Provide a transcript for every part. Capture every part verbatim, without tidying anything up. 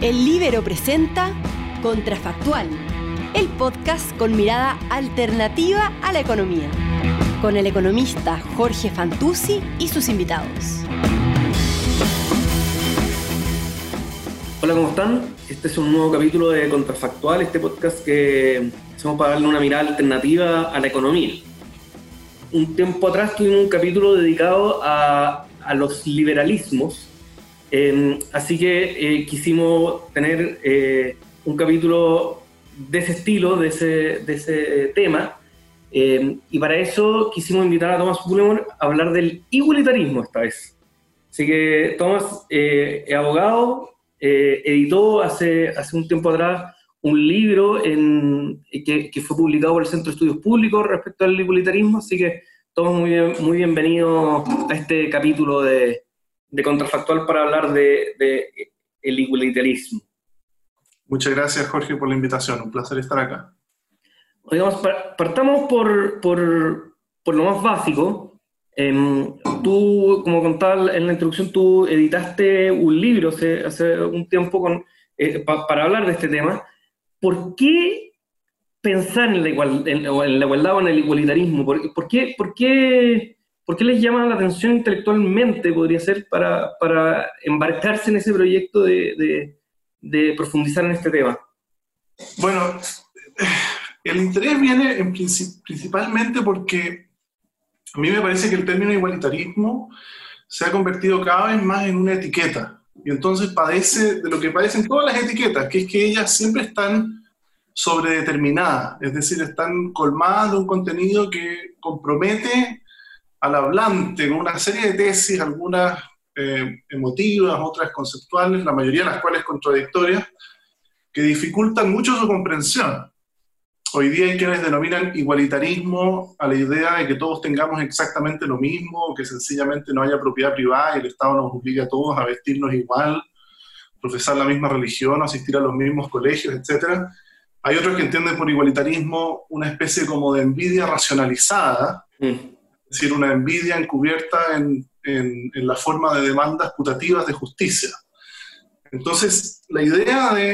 El Líbero presenta Contrafactual, el podcast con mirada alternativa a la economía, con el economista Jorge Fantuzzi y sus invitados. Hola, ¿cómo están? Este es un nuevo capítulo de Contrafactual, este podcast que hacemos para darle una mirada alternativa a la economía. Un tiempo atrás tuvimos un capítulo dedicado a, a los liberalismos, eh, así que eh, quisimos tener eh, un capítulo de ese estilo, de ese, de ese tema, eh, y para eso quisimos invitar a Thomas Bullemor a hablar del igualitarismo esta vez. Así que Thomas eh, es abogado, eh, editó hace, hace un tiempo atrás un libro en, que, que fue publicado por el Centro de Estudios Públicos respecto al igualitarismo, así que todos muy, bien, muy bienvenidos a este capítulo de, de Contrafactual para hablar de, de el igualitarismo. Muchas gracias, Jorge, por la invitación. Un placer estar acá. Digamos, partamos por, por, por lo más básico. Eh, tú, como contaba en la introducción, tú editaste un libro hace, hace un tiempo con, eh, pa, para hablar de este tema. ¿Por qué pensar en la, igual, en, en la igualdad o en el igualitarismo? ¿Por, por, qué, por, qué, ¿Por qué les llama la atención intelectualmente, podría ser, para, para embarcarse en ese proyecto de, de, de profundizar en este tema? Bueno, el interés viene en princip- principalmente porque a mí me parece que el término igualitarismo se ha convertido cada vez más en una etiqueta. Y entonces padece de lo que padecen todas las etiquetas, que es que ellas siempre están sobredeterminadas, es decir, están colmadas de un contenido que compromete al hablante con una serie de tesis, algunas eh, emotivas, otras conceptuales, la mayoría de las cuales contradictorias, que dificultan mucho su comprensión. Hoy día hay quienes denominan igualitarismo a la idea de que todos tengamos exactamente lo mismo, que sencillamente no haya propiedad privada y el Estado nos obliga a todos a vestirnos igual, profesar la misma religión, asistir a los mismos colegios, etcétera. Hay otros que entienden por igualitarismo una especie como de envidia racionalizada, mm. es decir, una envidia encubierta en, en, en la forma de demandas putativas de justicia. Entonces, la idea de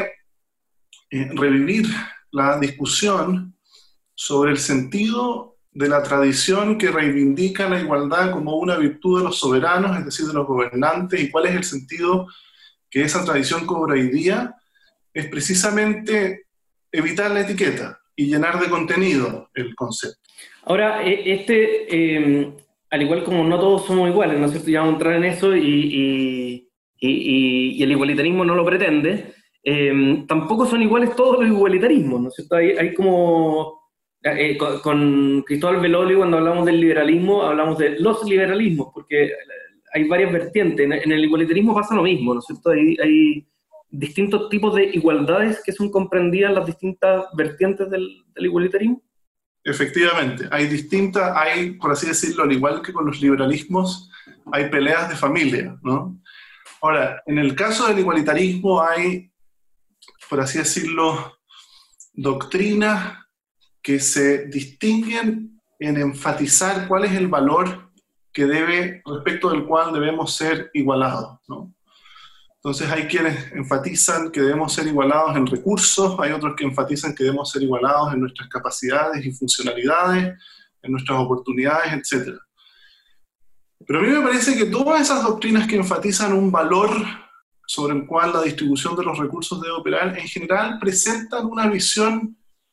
eh, revivir la discusión sobre el sentido de la tradición que reivindica la igualdad como una virtud de los soberanos, es decir, de los gobernantes, y cuál es el sentido que esa tradición cobra hoy día, es precisamente evitar la etiqueta y llenar de contenido el concepto. Ahora, este, eh, al igual como no todos somos iguales, ¿no es cierto? Ya vamos a entrar en eso y, y, y, y el igualitarismo no lo pretende. Eh, tampoco son iguales todos los igualitarismos, ¿no es cierto? Hay, hay como... Eh, con, con Cristóbal Beloli, cuando hablamos del liberalismo, hablamos de los liberalismos, porque hay varias vertientes. En, en el igualitarismo pasa lo mismo, ¿no es cierto? Hay, hay distintos tipos de igualdades que son comprendidas en las distintas vertientes del, del igualitarismo. Efectivamente, hay distintas, hay, por así decirlo, al igual que con los liberalismos, hay peleas de familia, ¿no? Ahora, en el caso del igualitarismo hay, por así decirlo, doctrinas que se distinguen en enfatizar cuál es el valor que debe, respecto del cual debemos ser igualados, ¿no? Entonces hay quienes enfatizan que debemos ser igualados en recursos, hay otros que enfatizan que debemos ser igualados en nuestras capacidades y funcionalidades, en nuestras oportunidades, etcétera. Pero a mí me parece que todas esas doctrinas que enfatizan un valor sobre el cual la distribución de los recursos debe operar, en general presentan una visión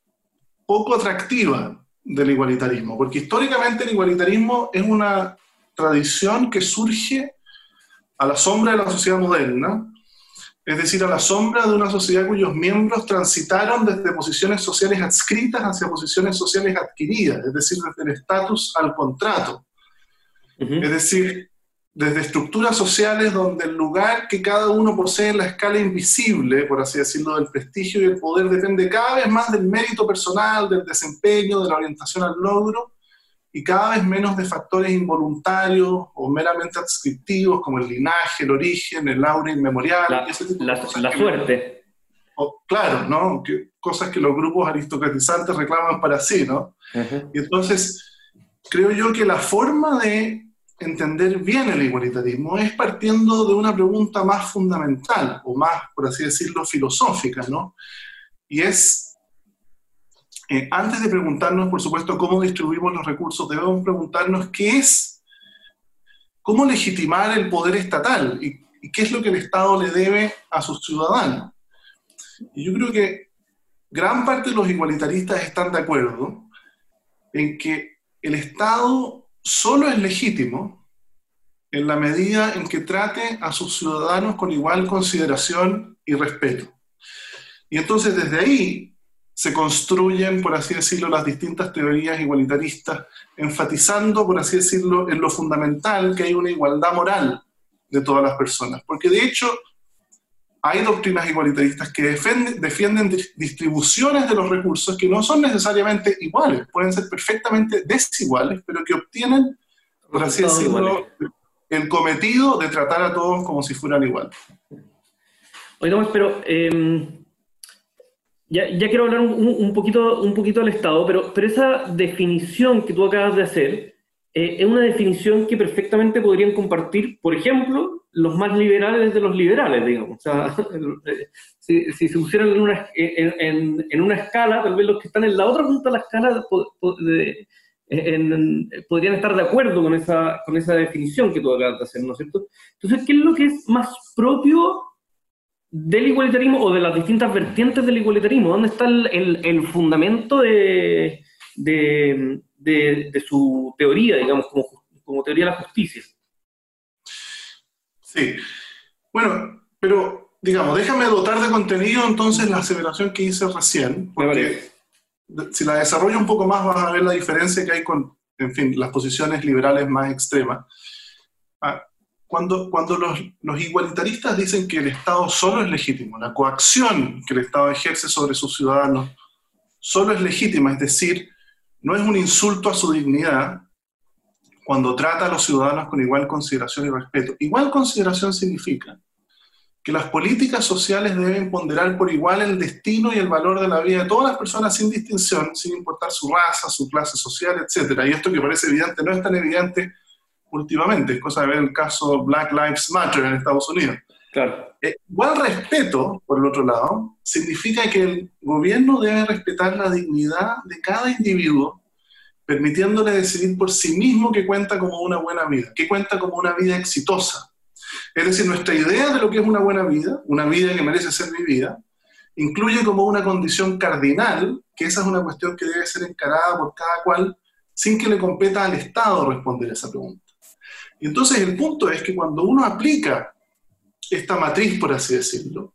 poco atractiva del igualitarismo, porque históricamente el igualitarismo es una tradición que surge a la sombra de la sociedad moderna, es decir, a la sombra de una sociedad cuyos miembros transitaron desde posiciones sociales adscritas hacia posiciones sociales adquiridas, es decir, desde el estatus al contrato. Uh-huh. Es decir, desde estructuras sociales donde el lugar que cada uno posee en la escala invisible, por así decirlo, del prestigio y el poder depende cada vez más del mérito personal, del desempeño, de la orientación al logro, y cada vez menos de factores involuntarios o meramente adscriptivos como el linaje, el origen, el aura inmemorial, la, ese tipo la, de cosas. La que, suerte. O, claro, ¿no? Que, cosas que los grupos aristocratizantes reclaman para sí, ¿no? Uh-huh. Y entonces, creo yo que la forma de entender bien el igualitarismo es partiendo de una pregunta más fundamental, o más, por así decirlo, filosófica, ¿no? Y es, eh, antes de preguntarnos, por supuesto, cómo distribuimos los recursos, debemos preguntarnos qué es, cómo legitimar el poder estatal y, y qué es lo que el Estado le debe a sus ciudadanos. Y yo creo que gran parte de los igualitaristas están de acuerdo en que el Estado solo es legítimo en la medida en que trate a sus ciudadanos con igual consideración y respeto. Y entonces desde ahí se construyen, por así decirlo, las distintas teorías igualitaristas, enfatizando, por así decirlo, en lo fundamental que hay una igualdad moral de todas las personas. Porque de hecho hay doctrinas igualitaristas que defienden, defienden distribuciones de los recursos que no son necesariamente iguales, pueden ser perfectamente desiguales, pero que obtienen, por así decirlo, el cometido de tratar a todos como si fueran iguales. Oigamos, pero eh, ya, ya quiero hablar un, un, poquito, un poquito del Estado, pero, pero esa definición que tú acabas de hacer eh, es una definición que perfectamente podrían compartir, por ejemplo, los más liberales de los liberales, digamos. O sea, si, si se pusieran en una, en, en, en una escala, tal vez los que están en la otra punta de la escala po, po, de, en, en, podrían estar de acuerdo con esa, con esa definición que tú acabas de hacer, ¿no es cierto? Entonces, ¿qué es lo que es más propio del igualitarismo o de las distintas vertientes del igualitarismo? ¿Dónde está el, el, el fundamento de, de, de, de su teoría, digamos, como, como teoría de la justicia? Sí, bueno, pero digamos, déjame dotar de contenido entonces la aseveración que hice recién, porque si la desarrollo un poco más vas a ver la diferencia que hay con, en fin, las posiciones liberales más extremas. Ah, cuando cuando los, los igualitaristas dicen que el Estado solo es legítimo, la coacción que el Estado ejerce sobre sus ciudadanos solo es legítima, es decir, no es un insulto a su dignidad, cuando trata a los ciudadanos con igual consideración y respeto. Igual consideración significa que las políticas sociales deben ponderar por igual el destino y el valor de la vida de todas las personas sin distinción, sin importar su raza, su clase social, etcétera. Y esto que parece evidente no es tan evidente últimamente, es cosa de ver el caso Black Lives Matter en Estados Unidos. Claro. Eh, igual respeto, por el otro lado, significa que el gobierno debe respetar la dignidad de cada individuo, permitiéndole decidir por sí mismo qué cuenta como una buena vida, qué cuenta como una vida exitosa. Es decir, nuestra idea de lo que es una buena vida, una vida que merece ser vivida, incluye como una condición cardinal, que esa es una cuestión que debe ser encarada por cada cual, sin que le competa al Estado responder esa pregunta. Y entonces el punto es que cuando uno aplica esta matriz, por así decirlo,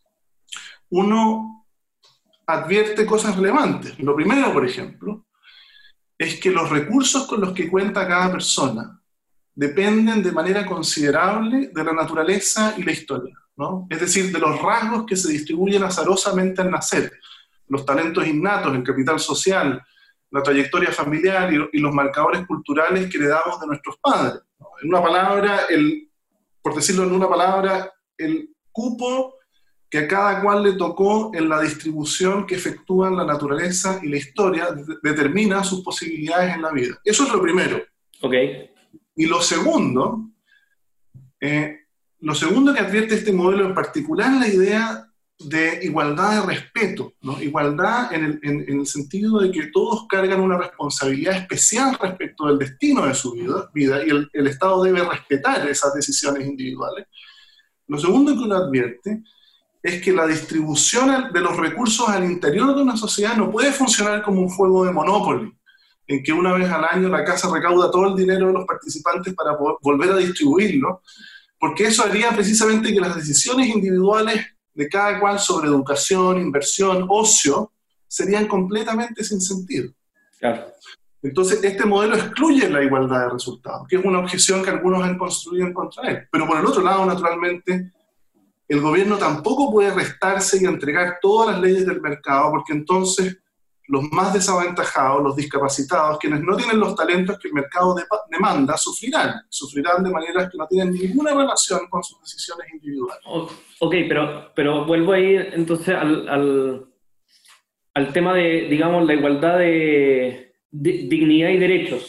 uno advierte cosas relevantes. Lo primero, por ejemplo, es que los recursos con los que cuenta cada persona dependen de manera considerable de la naturaleza y la historia, ¿no? Es decir, de los rasgos que se distribuyen azarosamente al nacer, los talentos innatos, el capital social, la trayectoria familiar y, y los marcadores culturales que heredamos de nuestros padres, ¿no? En una palabra, el, por decirlo en una palabra, el cupo que a cada cual le tocó en la distribución que efectúan la naturaleza y la historia, de, determina sus posibilidades en la vida. Eso es lo primero. Okay. Y lo segundo, eh, lo segundo que advierte este modelo en particular es la idea de igualdad de respeto, ¿no? Igualdad en el, en, en el sentido de que todos cargan una responsabilidad especial respecto del destino de su vida, vida y el, el Estado debe respetar esas decisiones individuales. Lo segundo que uno advierte es que la distribución de los recursos al interior de una sociedad no puede funcionar como un juego de Monopoly, en que una vez al año la casa recauda todo el dinero de los participantes para poder volver a distribuirlo, porque eso haría precisamente que las decisiones individuales de cada cual sobre educación, inversión, ocio, serían completamente sin sentido. Claro. Entonces, este modelo excluye la igualdad de resultados, que es una objeción que algunos han construido en contra de él. Pero por el otro lado, naturalmente, el gobierno tampoco puede restarse y entregar todas las leyes del mercado, porque entonces los más desaventajados, los discapacitados, quienes no tienen los talentos que el mercado de demanda, sufrirán. Sufrirán de maneras que no tienen ninguna relación con sus decisiones individuales. Ok, pero, pero vuelvo ahí entonces al, al, al tema de, digamos, la igualdad de, de dignidad y derechos.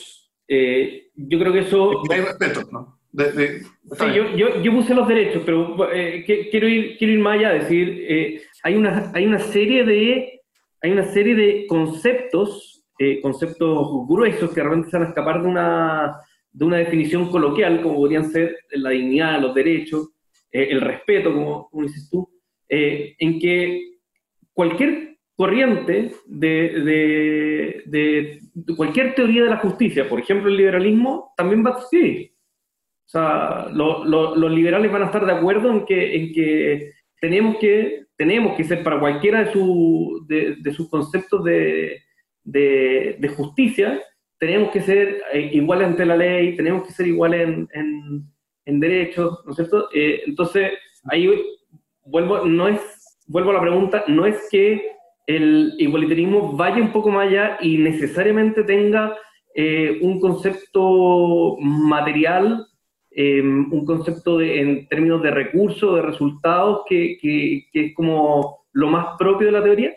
Eh, yo creo que eso... Y hay respeto, ¿no? De, de, sí, yo, yo, yo puse los derechos, pero eh, que, quiero, ir, quiero ir más allá, es decir, eh, hay, una, hay, una serie de, hay una serie de conceptos, eh, conceptos gruesos que realmente se van a escapar de una, de una definición coloquial, como podrían ser la dignidad, los derechos, eh, el respeto, como, como dices tú, eh, en que cualquier corriente de, de, de, de cualquier teoría de la justicia, por ejemplo el liberalismo, también va a existir. O sea, lo, lo, los liberales van a estar de acuerdo en que, en que, tenemos, que tenemos que ser para cualquiera de, su, de, de sus conceptos de, de, de justicia, tenemos que ser eh, iguales ante la ley, tenemos que ser iguales en, en, en derechos, ¿no es cierto? Eh, entonces, ahí vuelvo, no es, vuelvo a la pregunta, no es que el igualitarismo vaya un poco más allá y necesariamente tenga eh, un concepto material, eh, un concepto de, en términos de recursos, de resultados, que, que, que es como lo más propio de la teoría.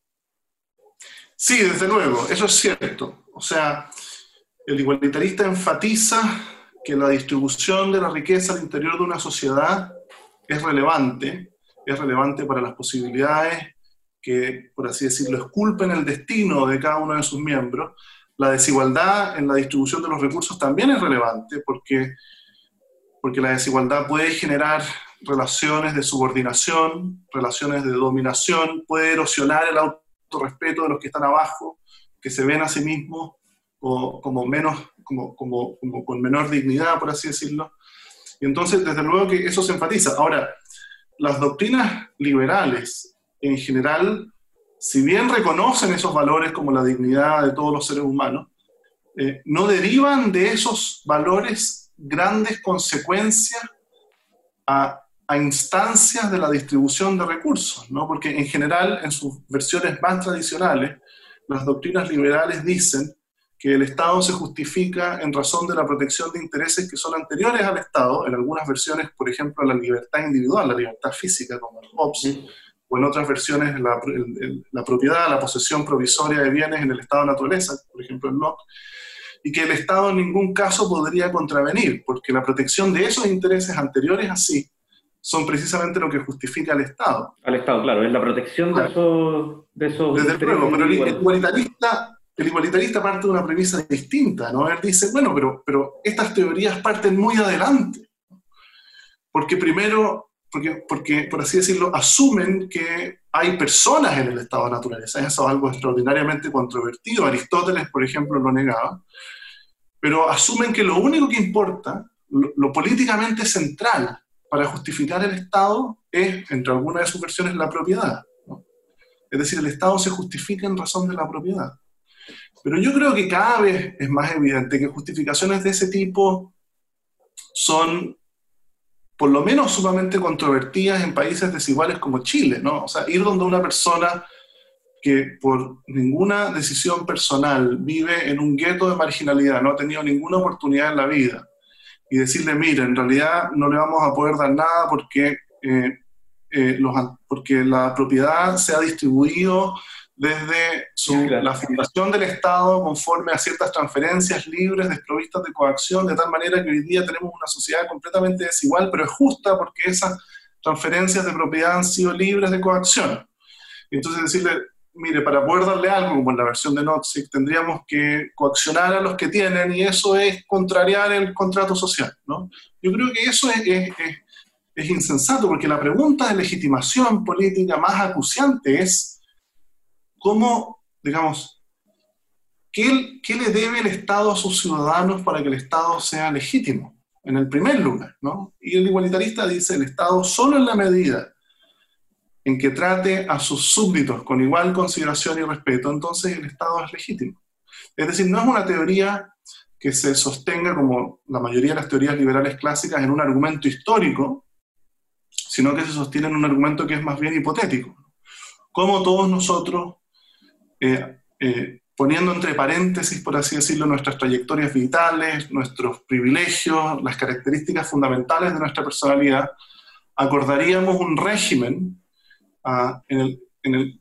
Sí, desde luego, eso es cierto. O sea, el igualitarista enfatiza que la distribución de la riqueza al interior de una sociedad es relevante, es relevante para las posibilidades que, por así decirlo, esculpen el destino de cada uno de sus miembros. La desigualdad en la distribución de los recursos también es relevante, porque, porque la desigualdad puede generar relaciones de subordinación, relaciones de dominación, puede erosionar el autorrespeto de los que están abajo, que se ven a sí mismos como, como, menos, como, como, como con menor dignidad, por así decirlo. Y entonces, desde luego que eso se enfatiza. Ahora, las doctrinas liberales, en general, si bien reconocen esos valores como la dignidad de todos los seres humanos, eh, no derivan de esos valores grandes consecuencias a, a instancias de la distribución de recursos, ¿no? Porque en general, en sus versiones más tradicionales, las doctrinas liberales dicen que el Estado se justifica en razón de la protección de intereses que son anteriores al Estado, en algunas versiones, por ejemplo, la libertad individual, la libertad física, como el Hobbes, sí. O en otras versiones la, el, el, la propiedad, la posesión provisoria de bienes en el estado de naturaleza, por ejemplo en Locke, y que el Estado en ningún caso podría contravenir, porque la protección de esos intereses anteriores así son precisamente lo que justifica al Estado. Al Estado, claro, es la protección claro. de esos, de esos Desde luego, pero el igualitarista, el igualitarista parte de una premisa distinta, ¿no? Él dice, bueno, pero, pero estas teorías parten muy adelante, porque primero... Porque, porque, por así decirlo, asumen que hay personas en el estado de naturaleza. Eso es algo extraordinariamente controvertido. Aristóteles, por ejemplo, lo negaba. Pero asumen que lo único que importa, lo, lo políticamente central para justificar el Estado es, entre algunas de sus versiones, la propiedad, ¿no? Es decir, el Estado se justifica en razón de la propiedad. Pero yo creo que cada vez es más evidente que justificaciones de ese tipo son, por lo menos, sumamente controvertidas en países desiguales como Chile, ¿no? O sea, ir donde una persona que por ninguna decisión personal vive en un gueto de marginalidad, no ha tenido ninguna oportunidad en la vida, y decirle, mira, en realidad no le vamos a poder dar nada porque, eh, eh, los, porque la propiedad se ha distribuido desde su, sí, claro. la fundación del Estado conforme a ciertas transferencias libres, desprovistas de coacción, de tal manera que hoy día tenemos una sociedad completamente desigual, pero es justa porque esas transferencias de propiedad han sido libres de coacción. Y entonces decirle, mire, para poder darle algo, como en la versión de Nozick, tendríamos que coaccionar a los que tienen, y eso es contrariar el contrato social, ¿no? Yo creo que eso es, es, es, es insensato, porque la pregunta de legitimación política más acuciante es ¿cómo, digamos, qué, qué le debe el Estado a sus ciudadanos para que el Estado sea legítimo? En el primer lugar, ¿no? Y el igualitarista dice, el Estado solo en la medida en que trate a sus súbditos con igual consideración y respeto, entonces el Estado es legítimo. Es decir, no es una teoría que se sostenga, como la mayoría de las teorías liberales clásicas, en un argumento histórico, sino que se sostiene en un argumento que es más bien hipotético. Como todos nosotros, Eh, eh, poniendo entre paréntesis, por así decirlo, nuestras trayectorias vitales, nuestros privilegios, las características fundamentales de nuestra personalidad, acordaríamos un régimen uh, en, el, en, el,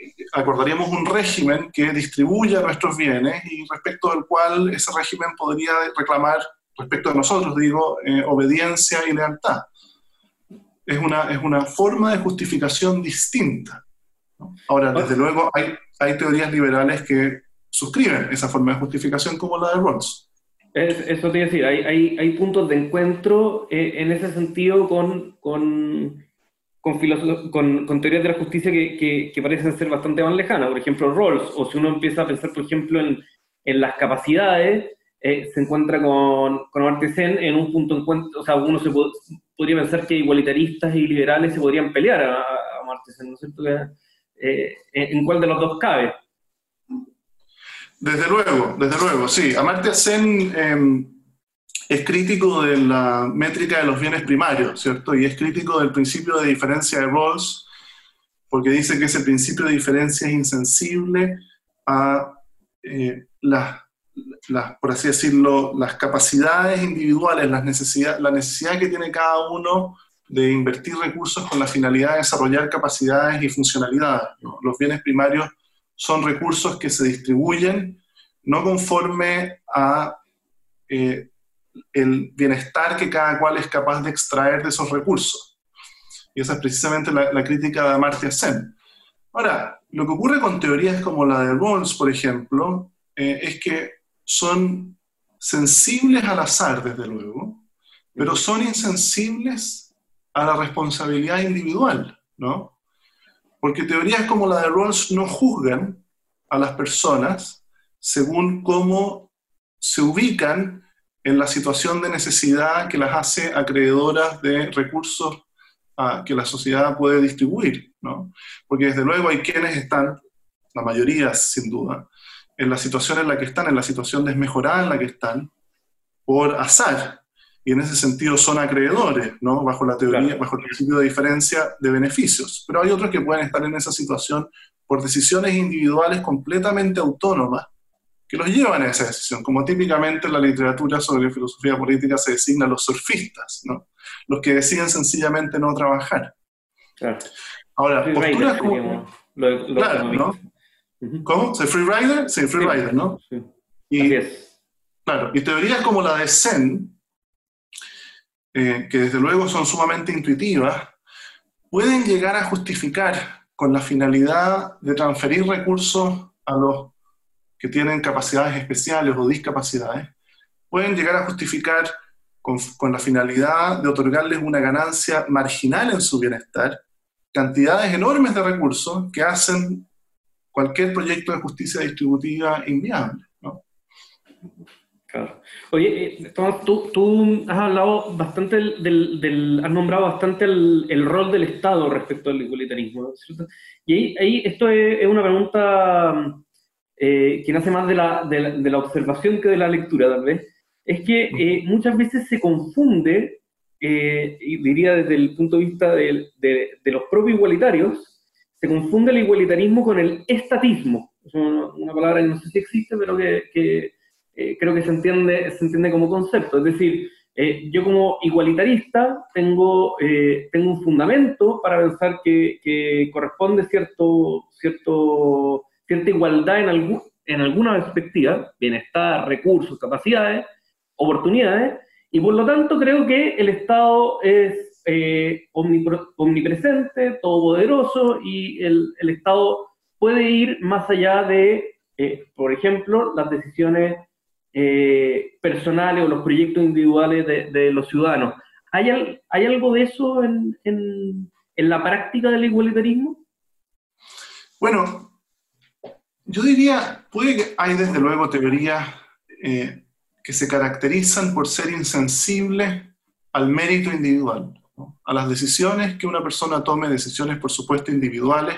acordaríamos un régimen que distribuya nuestros bienes y respecto del cual ese régimen podría reclamar, respecto de nosotros, digo, eh, obediencia y lealtad. Es una, es una forma de justificación distinta, ¿no? Ahora, desde luego, hay, hay teorías liberales que suscriben esa forma de justificación como la de Rawls. Es, eso te iba a decir, hay, hay, hay puntos de encuentro eh, en ese sentido con, con, con, con, con teorías de la justicia que, que, que parecen ser bastante más lejanas. Por ejemplo, Rawls, o si uno empieza a pensar, por ejemplo, en, en las capacidades, eh, se encuentra con, con Amartya Sen en un punto de encuentro. O sea, uno se pod podría pensar que igualitaristas y liberales se podrían pelear a, a Amartya Sen, ¿no es cierto? Eh, ¿En cuál de los dos cabe? Desde luego, desde luego, sí. Amartya Sen eh, es crítico de la métrica de los bienes primarios, ¿cierto? Y es crítico del principio de diferencia de Rawls, porque dice que ese principio de diferencia es insensible a eh, las, las, por así decirlo, las capacidades individuales, las necesidad, la necesidad que tiene cada uno de invertir recursos con la finalidad de desarrollar capacidades y funcionalidades, ¿no? Los bienes primarios son recursos que se distribuyen no conforme a eh, el bienestar que cada cual es capaz de extraer de esos recursos. Y esa es precisamente la, la crítica de Amartya Sen. Ahora, lo que ocurre con teorías como la de Rawls, por ejemplo, eh, es que son sensibles al azar, desde luego, pero son insensibles a la responsabilidad individual, ¿no? Porque teorías como la de Rawls no juzgan a las personas según cómo se ubican en la situación de necesidad que las hace acreedoras de recursos uh, que la sociedad puede distribuir, ¿no? Porque desde luego hay quienes están, la mayoría sin duda, en la situación en la que están, en la situación desmejorada en la que están, por azar. Y en ese sentido son acreedores, ¿no? Bajo la teoría, claro, bajo el principio de diferencia de beneficios. Pero hay otros que pueden estar en esa situación por decisiones individuales completamente autónomas que los llevan a esa decisión, como típicamente en la literatura sobre filosofía política se designa los surfistas, ¿no? Los que deciden sencillamente no trabajar. Claro. Ahora, free posturas rider, como... Lo, lo claro, ¿no? Uh-huh. ¿Cómo? ¿Soy free rider? Sí, free sí, rider, ¿no? Sí. Y, claro, y teorías como la de Sen, Eh, que desde luego son sumamente intuitivas, pueden llegar a justificar con la finalidad de transferir recursos a los que tienen capacidades especiales o discapacidades, pueden llegar a justificar con, con la finalidad de otorgarles una ganancia marginal en su bienestar, cantidades enormes de recursos que hacen cualquier proyecto de justicia distributiva inviable, ¿no? Claro. Oye, Tomás, tú, tú has hablado bastante del, del, del has nombrado bastante el, el rol del Estado respecto al igualitarismo, ¿cierto? Y ahí, ahí esto es, es una pregunta eh, que nace más de la, de, la, de la observación que de la lectura, tal vez. Es que eh, muchas veces se confunde, eh, y diría desde el punto de vista de, de, de los propios igualitarios, se confunde el igualitarismo con el estatismo. Es una, una palabra que no sé si existe, pero que... que Eh, creo que se entiende, se entiende como concepto. Es decir, eh, yo como igualitarista tengo, eh, tengo un fundamento para pensar que, que corresponde cierto, cierto, cierta igualdad en, algún, en alguna perspectiva, bienestar, recursos, capacidades, oportunidades, y por lo tanto creo que el Estado es eh, omnipresente, todopoderoso, y el, el Estado puede ir más allá de, eh, por ejemplo, las decisiones Eh, personales o los proyectos individuales de, de los ciudadanos. ¿Hay, al, ¿Hay algo de eso en, en, en la práctica del igualitarismo? Bueno, yo diría, puede que hay desde luego teorías eh, que se caracterizan por ser insensibles al mérito individual, ¿no? A las decisiones que una persona tome, decisiones por supuesto individuales,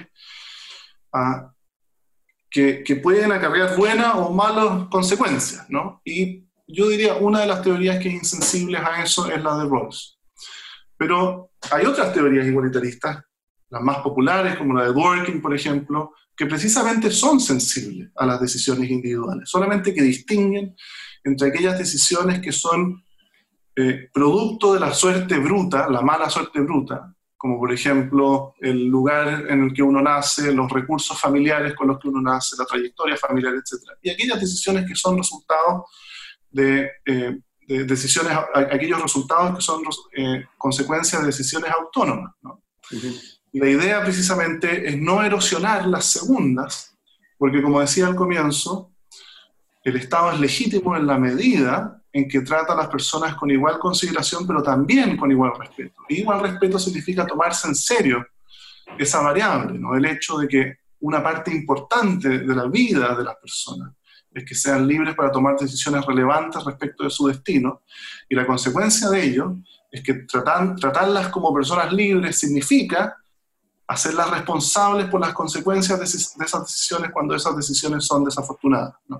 a Que, que pueden acarrear buenas o malas consecuencias, ¿no? Y yo diría, una de las teorías que es insensible a eso es la de Rawls. Pero hay otras teorías igualitaristas, las más populares, como la de Dworkin, por ejemplo, que precisamente son sensibles a las decisiones individuales, solamente que distinguen entre aquellas decisiones que son eh, producto de la suerte bruta, la mala suerte bruta, como por ejemplo el lugar en el que uno nace, los recursos familiares con los que uno nace, la trayectoria familiar, etcétera. Y aquellas decisiones que son resultados de, eh, de decisiones, aquellos resultados que son eh, consecuencias de decisiones autónomas, ¿no? Uh-huh. La idea precisamente es no erosionar las segundas, porque como decía al comienzo, el Estado es legítimo en la medida en que trata a las personas con igual consideración, pero también con igual respeto. Y igual respeto significa tomarse en serio esa variable, ¿no? El hecho de que una parte importante de la vida de las personas es que sean libres para tomar decisiones relevantes respecto de su destino, y la consecuencia de ello es que tratar, tratarlas como personas libres significa hacerlas responsables por las consecuencias de, de esas decisiones cuando esas decisiones son desafortunadas, ¿no?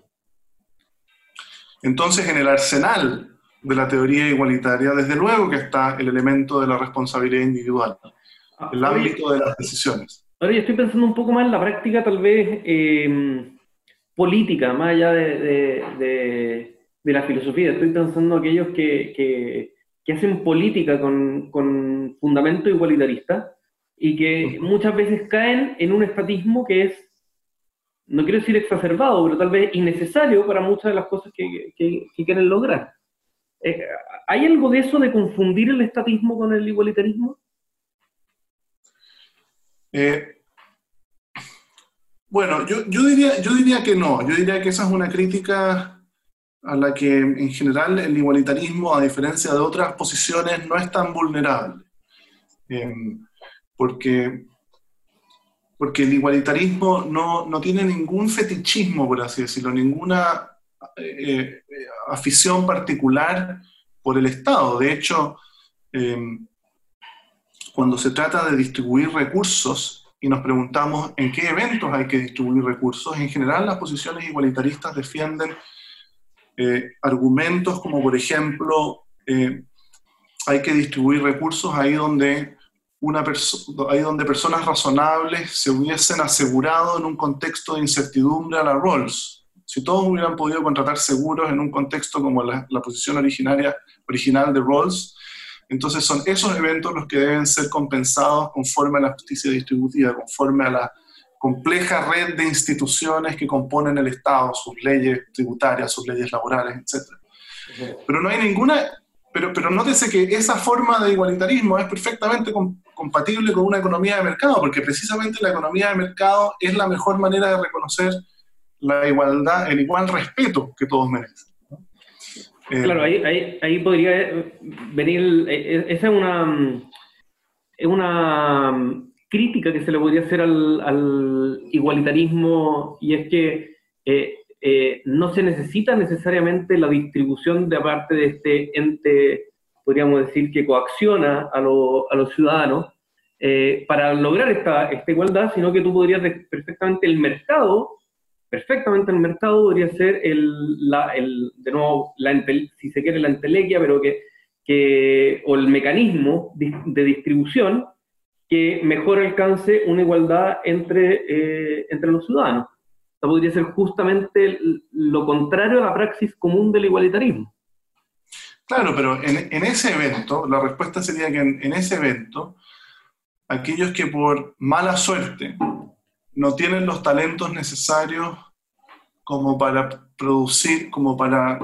Entonces, en el arsenal de la teoría igualitaria, desde luego que está el elemento de la responsabilidad individual, el ahora, ámbito de las decisiones. Ahora yo estoy pensando un poco más en la práctica, tal vez, eh, política, más allá de, de, de, de la filosofía. Estoy pensando en aquellos que, que, que hacen política con, con fundamento igualitarista y que muchas veces caen en un estatismo que es, no quiero decir exacerbado, pero tal vez innecesario para muchas de las cosas que, que, que quieren lograr. Eh, ¿Hay algo de eso de confundir el estatismo con el igualitarismo? Eh, bueno, yo, yo, diría, yo diría que no. Yo diría que esa es una crítica a la que en general el igualitarismo, a diferencia de otras posiciones, no es tan vulnerable. Eh, porque... porque el igualitarismo no, no tiene ningún fetichismo, por así decirlo, ninguna eh, eh, afición particular por el Estado. De hecho, eh, cuando se trata de distribuir recursos y nos preguntamos en qué eventos hay que distribuir recursos, en general las posiciones igualitaristas defienden eh, argumentos como, por ejemplo, eh, hay que distribuir recursos ahí donde Una perso- ahí donde personas razonables se hubiesen asegurado en un contexto de incertidumbre a la Rawls. Si todos hubieran podido contratar seguros en un contexto como la, la posición originaria, original de Rawls, entonces son esos eventos los que deben ser compensados conforme a la justicia distributiva, conforme a la compleja red de instituciones que componen el Estado, sus leyes tributarias, sus leyes laborales, etcétera. Pero no hay ninguna... Pero, pero nótese que esa forma de igualitarismo es perfectamente com- compatible con una economía de mercado, porque precisamente la economía de mercado es la mejor manera de reconocer la igualdad, el igual respeto que todos merecen, ¿no? Eh, claro, ahí, ahí, ahí podría venir, esa es una, es una crítica que se le podría hacer al, al igualitarismo, y es que eh, Eh, no se necesita necesariamente la distribución de aparte de este ente, podríamos decir, que coacciona a, lo, a los ciudadanos eh, para lograr esta, esta igualdad, sino que tú podrías perfectamente el mercado, perfectamente el mercado podría ser el, la, el, de nuevo, la, si se quiere la entelequia, pero que, que, o el mecanismo de distribución que mejor alcance una igualdad entre, eh, entre los ciudadanos. Podría ser justamente lo contrario a la praxis común del igualitarismo. Claro, pero en, en ese evento, la respuesta sería que en, en ese evento, aquellos que por mala suerte no tienen los talentos necesarios como para producir, como para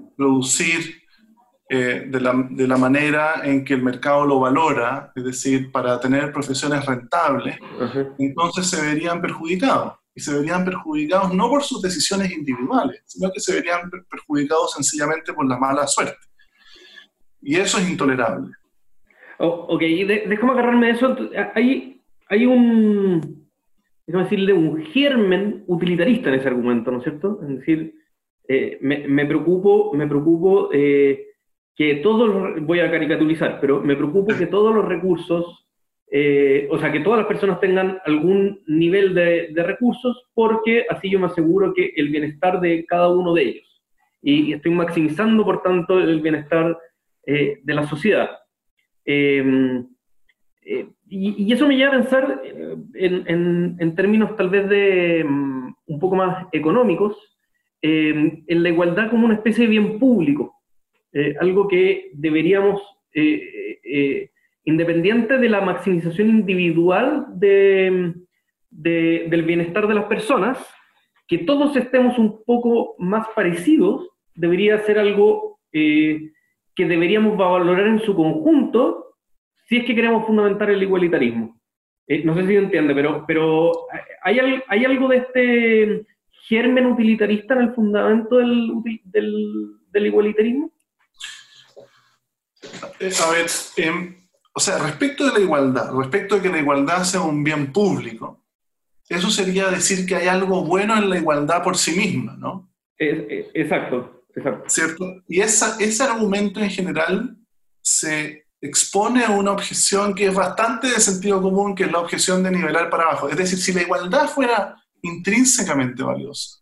producir eh, de, la, de la manera en que el mercado lo valora, es decir, para tener profesiones rentables, uh-huh. entonces se verían perjudicados. Y se verían perjudicados no por sus decisiones individuales, sino que se verían perjudicados sencillamente por la mala suerte. Y eso es intolerable. Oh, ok, de, déjame agarrarme de eso. Hay, hay un, déjame decirle, un germen utilitarista en ese argumento, ¿no es cierto? Es decir, eh, me, me preocupo, me preocupo eh, que todos los, voy a caricaturizar, pero me preocupo que todos los recursos, Eh, o sea, que todas las personas tengan algún nivel de, de recursos, porque así yo me aseguro que el bienestar de cada uno de ellos. Y, y estoy maximizando, por tanto, el bienestar eh, de la sociedad. Eh, eh, y, y eso me lleva a pensar en, en, en términos tal vez de um, un poco más económicos, eh, en la igualdad como una especie de bien público. Eh, algo que deberíamos... Eh, eh, independiente de la maximización individual de, de, del bienestar de las personas, que todos estemos un poco más parecidos, debería ser algo eh, que deberíamos valorar en su conjunto, si es que queremos fundamentar el igualitarismo. Eh, no sé si entiende, pero, pero ¿hay, ¿hay algo de este germen utilitarista en el fundamento del, del, del igualitarismo? Eh, a ver, eh, o sea, respecto de la igualdad, respecto de que la igualdad sea un bien público, eso sería decir que hay algo bueno en la igualdad por sí misma, ¿no? Es, es, exacto, exacto. ¿Cierto? Y esa, ese argumento en general se expone a una objeción que es bastante de sentido común, que es la objeción de nivelar para abajo. Es decir, si la igualdad fuera intrínsecamente valiosa,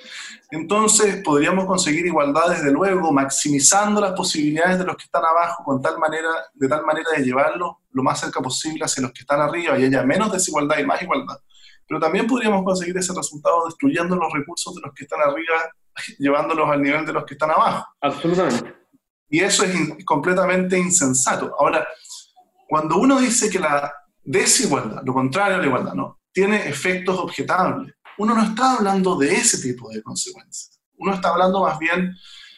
entonces podríamos conseguir igualdad desde luego, maximizando las posibilidades de los que están abajo, con tal manera, de tal manera de llevarlos lo más cerca posible hacia los que están arriba, y haya menos desigualdad y más igualdad. Pero también podríamos conseguir ese resultado destruyendo los recursos de los que están arriba, llevándolos al nivel de los que están abajo. Absolutamente. Y eso es in- completamente insensato. Ahora, cuando uno dice que la desigualdad, lo contrario a la igualdad, ¿no?, tiene efectos objetables, uno no está hablando de ese tipo de consecuencias. Uno está hablando más bien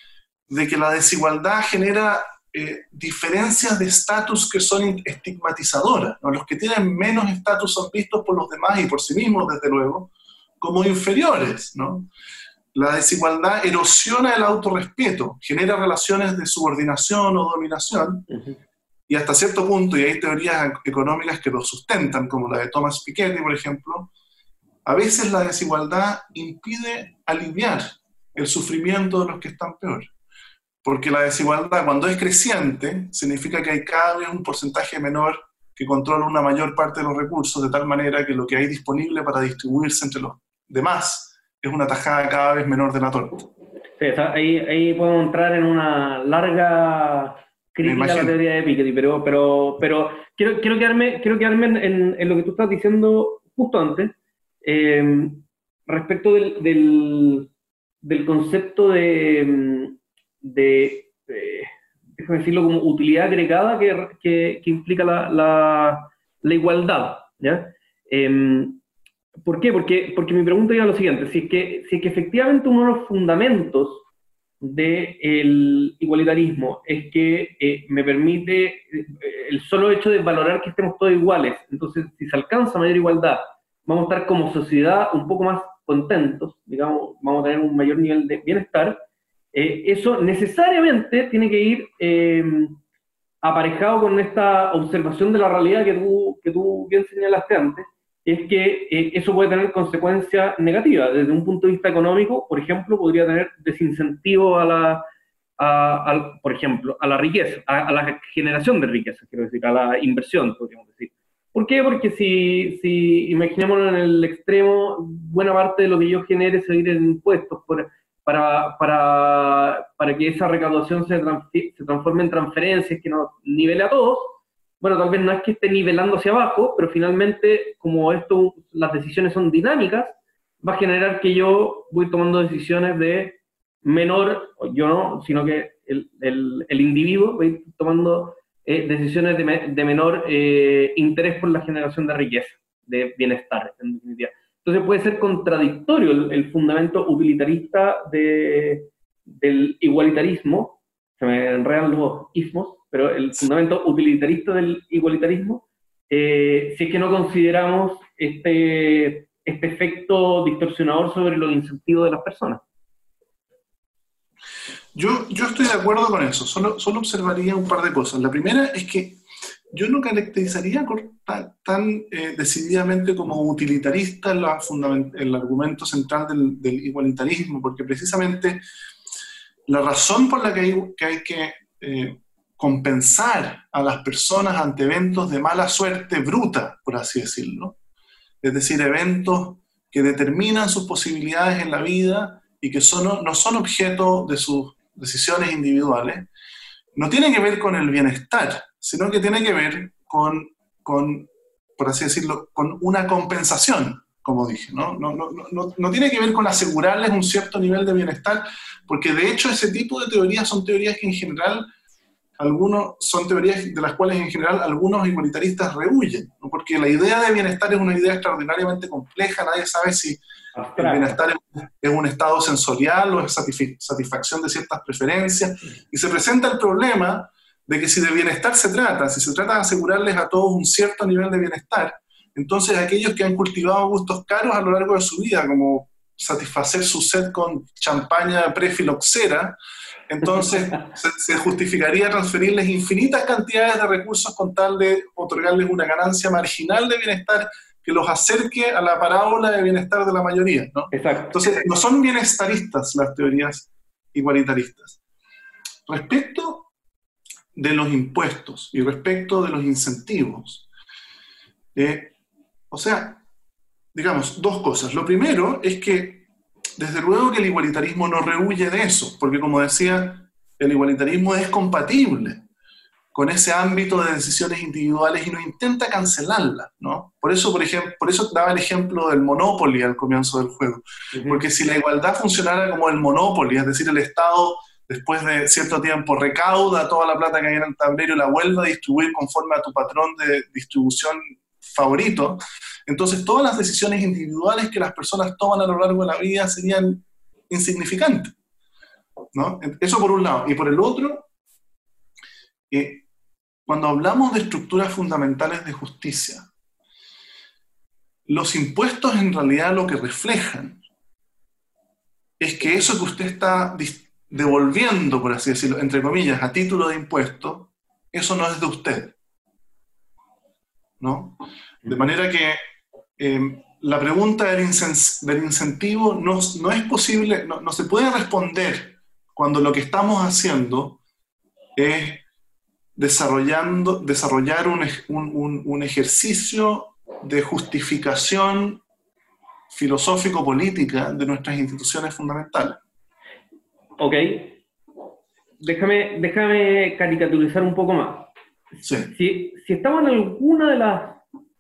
de que la desigualdad genera eh, diferencias de estatus que son estigmatizadoras, ¿no? Los que tienen menos estatus son vistos por los demás y por sí mismos, desde luego, como inferiores, ¿no? La desigualdad erosiona el autorrespeto, genera relaciones de subordinación o dominación, uh-huh. Y hasta cierto punto, y hay teorías económicas que lo sustentan, como la de Thomas Piketty, por ejemplo, a veces la desigualdad impide aliviar el sufrimiento de los que están peor. Porque la desigualdad, cuando es creciente, significa que hay cada vez un porcentaje menor que controla una mayor parte de los recursos, de tal manera que lo que hay disponible para distribuirse entre los demás es una tajada cada vez menor de la torta. Sí, o sea, ahí, ahí podemos entrar en una larga crítica a la teoría de Piketty, pero, pero, pero quiero, quiero quedarme, quiero quedarme en, en lo que tú estás diciendo justo antes, eh, respecto del, del, del concepto de, de, de, déjame decirlo, como utilidad agregada que, que, que implica la, la, la igualdad, ¿ya? Eh, ¿Por qué? Porque, porque mi pregunta era lo siguiente, si es que, si es que efectivamente uno de los fundamentos del igualitarismo es que eh, me permite eh, el solo hecho de valorar que estemos todos iguales, entonces si se alcanza mayor igualdad, vamos a estar como sociedad un poco más contentos, digamos, vamos a tener un mayor nivel de bienestar, eh, eso necesariamente tiene que ir eh, aparejado con esta observación de la realidad que tú, que tú bien señalaste antes, es que eh, eso puede tener consecuencias negativas. Desde un punto de vista económico, por ejemplo, podría tener desincentivo a la, a, a, por ejemplo, a la riqueza, a, a la generación de riqueza, quiero decir, a la inversión, podríamos decir. ¿Por qué? Porque si, si imaginémonos en el extremo, buena parte de lo que yo genere se va a ir en impuestos por, para, para, para que esa recaudación se, se transforme en transferencias que nos nivele a todos. Bueno, tal vez no es que esté nivelando hacia abajo, pero finalmente, como esto, las decisiones son dinámicas, va a generar que yo voy tomando decisiones de menor, yo no, sino que el, el, el individuo va a ir tomando eh, decisiones de, me, de menor eh, interés por la generación de riqueza, de bienestar, en definitiva. Entonces puede ser contradictorio el, el fundamento utilitarista de, del igualitarismo, se me enredan los ismos, pero el fundamento utilitarista del igualitarismo, eh, si es que no consideramos este, este efecto distorsionador sobre los incentivos de las personas. Yo, yo estoy de acuerdo con eso, solo, solo observaría un par de cosas. La primera es que yo no caracterizaría tan, tan eh, decididamente como utilitarista la fundament- el argumento central del, del igualitarismo, porque precisamente la razón por la que hay que, hay que eh, compensar a las personas ante eventos de mala suerte bruta, por así decirlo, es decir, eventos que determinan sus posibilidades en la vida y que son, no son objeto de sus decisiones individuales, no tiene que ver con el bienestar, sino que tiene que ver con, con por así decirlo, con una compensación, como dije, ¿no? No, no, no, no tiene que ver con asegurarles un cierto nivel de bienestar, porque de hecho ese tipo de teorías son teorías que en general algunos son teorías de las cuales en general algunos igualitaristas rehuyen, ¿no? Porque la idea de bienestar es una idea extraordinariamente compleja, nadie sabe si el bienestar es un estado sensorial o es satisfacción de ciertas preferencias, y se presenta el problema de que si de bienestar se trata, si se trata de asegurarles a todos un cierto nivel de bienestar, entonces aquellos que han cultivado gustos caros a lo largo de su vida, como satisfacer su sed con champaña prefiloxera, entonces se, se justificaría transferirles infinitas cantidades de recursos con tal de otorgarles una ganancia marginal de bienestar que los acerque a la parábola de bienestar de la mayoría, ¿no? Exacto. Entonces, no son bienestaristas las teorías igualitaristas. Respecto de los impuestos y respecto de los incentivos, eh, o sea, digamos, dos cosas. Lo primero es que, desde luego que el igualitarismo no rehuye de eso, porque como decía, el igualitarismo es compatible con ese ámbito de decisiones individuales y no intenta cancelarlas, ¿no? Por eso, por ejemplo, por eso daba el ejemplo del Monopoly al comienzo del juego, uh-huh. Porque si la igualdad funcionara como el Monopoly, es decir, el Estado después de cierto tiempo recauda toda la plata que hay en el tablero y la vuelve a distribuir conforme a tu patrón de distribución favorito, entonces todas las decisiones individuales que las personas toman a lo largo de la vida serían insignificantes, ¿no? Eso por un lado. Y por el otro, eh, cuando hablamos de estructuras fundamentales de justicia, los impuestos en realidad lo que reflejan es que eso que usted está devolviendo, por así decirlo, entre comillas, a título de impuesto, eso no es de usted, ¿no? De manera que eh, la pregunta del, del incentivo no, no es posible, no, no se puede responder cuando lo que estamos haciendo es desarrollando, desarrollar un, un, un ejercicio de justificación filosófico-política de nuestras instituciones fundamentales. Ok. Déjame, déjame caricaturizar un poco más. Sí. Si, si estamos en alguna de las...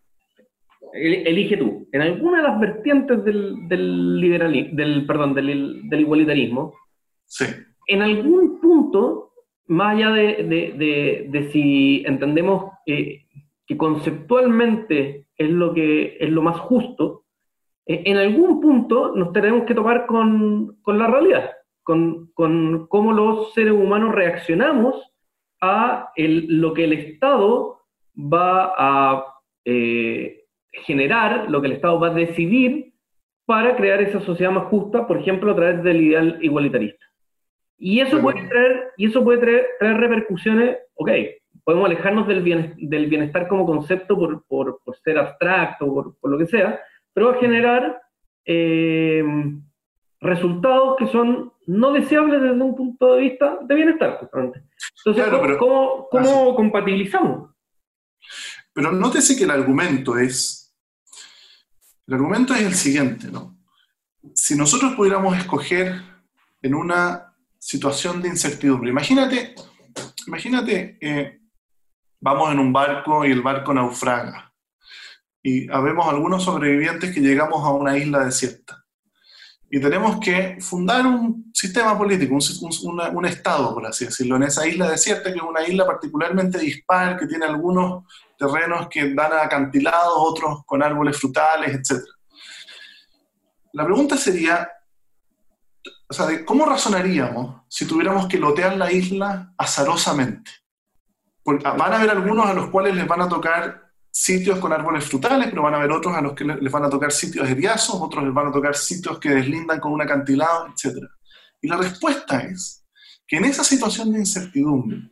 Elige tú. En alguna de las vertientes del, del liberalismo, del, perdón, del, del igualitarismo, sí. En algún punto, más allá de, de, de, de si entendemos eh, que conceptualmente es lo, que, es lo más justo, eh, en algún punto nos tenemos que topar con, con la realidad, con, con cómo los seres humanos reaccionamos a el, lo que el Estado va a eh, generar, lo que el Estado va a decidir para crear esa sociedad más justa, por ejemplo, a través del ideal igualitarista. Y eso puede traer, y eso puede traer, traer repercusiones, ok, podemos alejarnos del bienestar, del bienestar como concepto por, por, por ser abstracto, por, por lo que sea, pero va a generar eh, resultados que son no deseables desde un punto de vista de bienestar, justamente. Entonces, claro, pero, ¿cómo, cómo compatibilizamos? Pero nótese que el argumento es, el argumento es el siguiente, ¿no? Si nosotros pudiéramos escoger en una situación de incertidumbre. Imagínate, imagínate, eh, vamos en un barco y el barco naufraga. Y habemos algunos sobrevivientes que llegamos a una isla desierta. Y tenemos que fundar un sistema político, un, un, una, un estado, por así decirlo, en esa isla desierta, que es una isla particularmente dispar, que tiene algunos terrenos que dan a acantilados, otros con árboles frutales, etcétera. La pregunta sería, o sea, ¿cómo razonaríamos si tuviéramos que lotear la isla azarosamente? Porque van a haber algunos a los cuales les van a tocar sitios con árboles frutales, pero van a haber otros a los que les van a tocar sitios eriazos, otros les van a tocar sitios que deslindan con un acantilado, etcétera. Y la respuesta es que en esa situación de incertidumbre,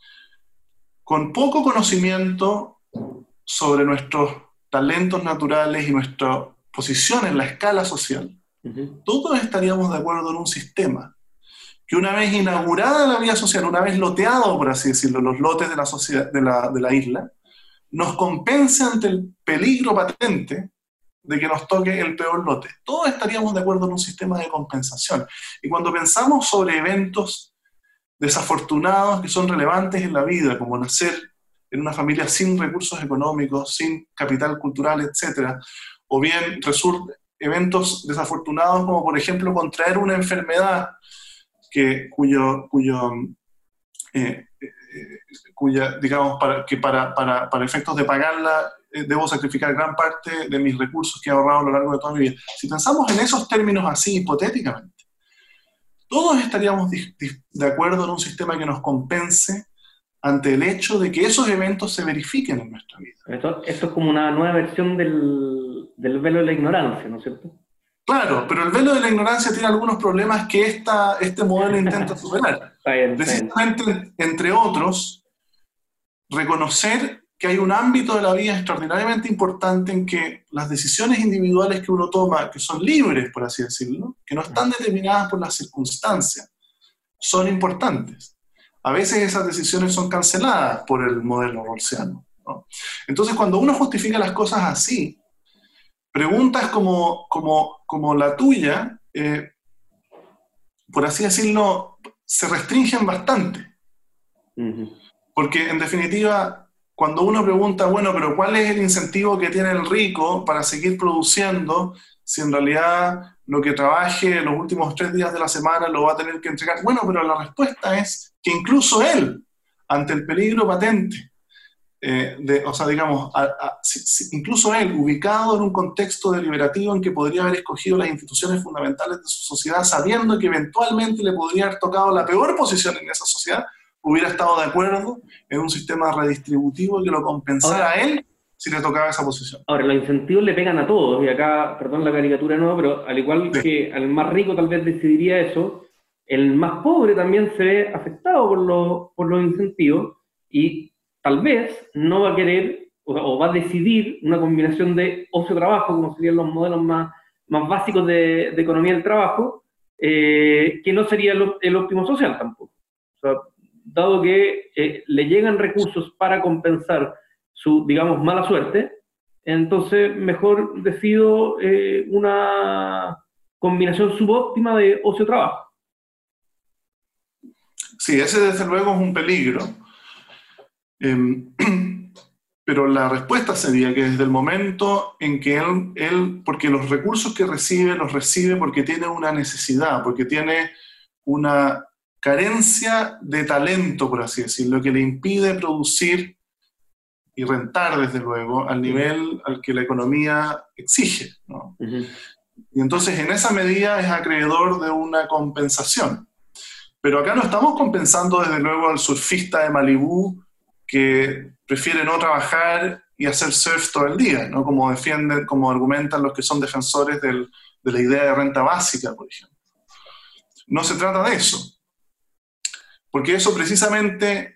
con poco conocimiento sobre nuestros talentos naturales y nuestra posición en la escala social, uh-huh. Todos estaríamos de acuerdo en un sistema que una vez inaugurada la vida social, una vez loteado, por así decirlo, los lotes de la, sociedad, de la, de la isla, nos compense ante el peligro patente de que nos toque el peor lote. Todos estaríamos de acuerdo en un sistema de compensación. Y cuando pensamos sobre eventos desafortunados que son relevantes en la vida, como nacer en una familia sin recursos económicos, sin capital cultural, etcétera, o bien resulta eventos desafortunados como, por ejemplo, contraer una enfermedad que, cuyo, cuyo, eh, eh, cuya, digamos, para, que para, para, para efectos de pagarla eh, debo sacrificar gran parte de mis recursos que he ahorrado a lo largo de toda mi vida. Si pensamos en esos términos así, hipotéticamente, todos estaríamos de acuerdo en un sistema que nos compense ante el hecho de que esos eventos se verifiquen en nuestra vida. Esto, esto es como una nueva versión del, del velo de la ignorancia, ¿no es cierto? Claro, pero el velo de la ignorancia tiene algunos problemas que esta, este modelo intenta superar. Está bien, Precisamente, está bien. Entre otros, reconocer que hay un ámbito de la vida extraordinariamente importante en que las decisiones individuales que uno toma, que son libres, por así decirlo, que no están determinadas por las circunstancias, son importantes. A veces esas decisiones son canceladas por el modelo rawlsiano, ¿no? Entonces, cuando uno justifica las cosas así, preguntas como, como, como la tuya, eh, por así decirlo, se restringen bastante. Uh-huh. Porque, en definitiva, cuando uno pregunta, bueno, pero ¿cuál es el incentivo que tiene el rico para seguir produciendo si en realidad lo que trabaje los últimos tres días de la semana lo va a tener que entregar? Bueno, pero la respuesta es que incluso él, ante el peligro patente, eh, de, o sea, digamos, a, a, si, si, incluso él, ubicado en un contexto deliberativo en que podría haber escogido las instituciones fundamentales de su sociedad, sabiendo que eventualmente le podría haber tocado la peor posición en esa sociedad, hubiera estado de acuerdo en un sistema redistributivo que lo compensara a él si le tocaba esa posición. Ahora, los incentivos le pegan a todos, y acá, perdón la caricatura no, pero al igual sí. que al más rico tal vez decidiría eso, el más pobre también se ve afectado por los, por los incentivos, y tal vez no va a querer, o, o va a decidir una combinación de ocio-trabajo, como serían los modelos más, más básicos de, de economía del trabajo, eh, que no sería el, el óptimo social tampoco. O sea, dado que eh, le llegan recursos para compensar su, digamos, mala suerte, entonces mejor decido eh, una combinación subóptima de ocio-trabajo. Sí, ese desde luego es un peligro, eh, pero la respuesta sería que desde el momento en que él, él, porque los recursos que recibe, los recibe porque tiene una necesidad, porque tiene una carencia de talento, por así decirlo, que le impide producir y rentar, desde luego, al nivel al que la economía exige, ¿no? Uh-huh. Y entonces, en esa medida, es acreedor de una compensación. Pero acá no estamos compensando, desde luego, al surfista de Malibú que prefiere no trabajar y hacer surf todo el día, ¿no? Como defienden, como argumentan los que son defensores del, de la idea de renta básica, por ejemplo. No se trata de eso. Porque eso precisamente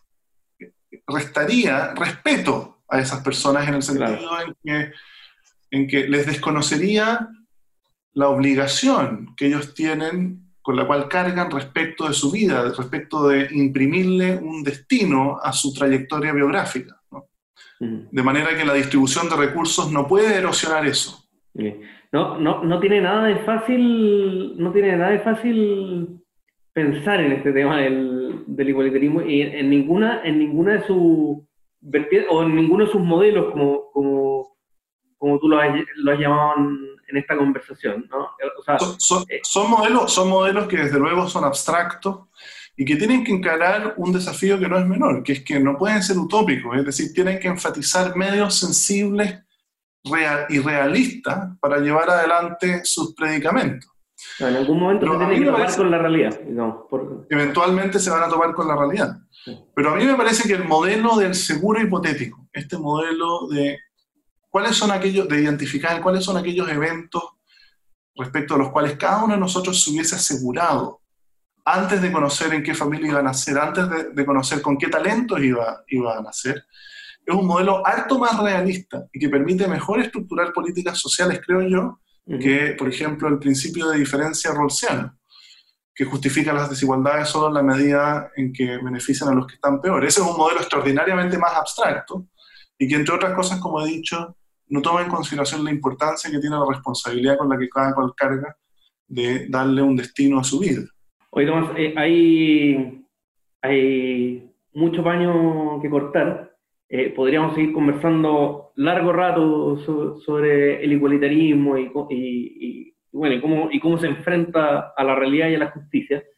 restaría respeto a esas personas en el sentido claro. en, que, en que les desconocería la obligación que ellos tienen, con la cual cargan respecto de su vida, respecto de imprimirle un destino a su trayectoria biográfica, ¿no? Mm. De manera que la distribución de recursos no puede erosionar eso. No, no, no tiene nada de fácil, no tiene nada de fácil pensar en este tema del, del igualitarismo y en, en ninguna en ninguna de sus vertientes o en ninguno de sus modelos como, como, como tú lo has, lo has llamado en, en esta conversación, ¿no? O sea, son, son, eh, son, modelos, son modelos que desde luego son abstractos y que tienen que encarar un desafío que no es menor, que es que no pueden ser utópicos, es decir, tienen que enfatizar medios sensibles real, y realistas para llevar adelante sus predicamentos. No, en algún momento Pero se tiene que topar parece, con la realidad. No, por... Eventualmente se van a topar con la realidad. Sí. Pero a mí me parece que el modelo del seguro hipotético, este modelo de cuáles son aquellos, de identificar cuáles son aquellos eventos respecto a los cuales cada uno de nosotros se hubiese asegurado antes de conocer en qué familia iba a nacer, antes de, de conocer con qué talentos iba, iba a nacer, es un modelo harto más realista y que permite mejor estructurar políticas sociales, creo yo, que, por ejemplo, el principio de diferencia rawlsiano, que justifica las desigualdades solo en la medida en que benefician a los que están peor. Ese es un modelo extraordinariamente más abstracto y que, entre otras cosas, como he dicho, no toma en consideración la importancia que tiene la responsabilidad con la que cada cual carga de darle un destino a su vida. Oye, Tomás, eh, hay, hay mucho paño que cortar. Eh, podríamos seguir conversando largo rato so, sobre el igualitarismo y, y, y, bueno, y, cómo, y cómo se enfrenta a la realidad y a la justicia.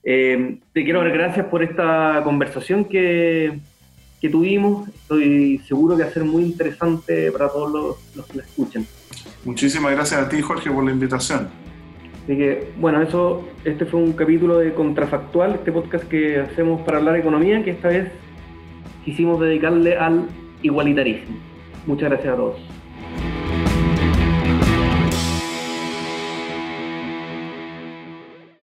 Eh, te quiero dar gracias por esta conversación que, que tuvimos. Estoy seguro que va a ser muy interesante para todos los, los que la escuchen. Muchísimas gracias a ti, Jorge, por la invitación. Así que, bueno, eso, este fue un capítulo de Contrafactual, este podcast que hacemos para hablar de economía, que esta vez quisimos dedicarle al igualitarismo. Muchas gracias a todos.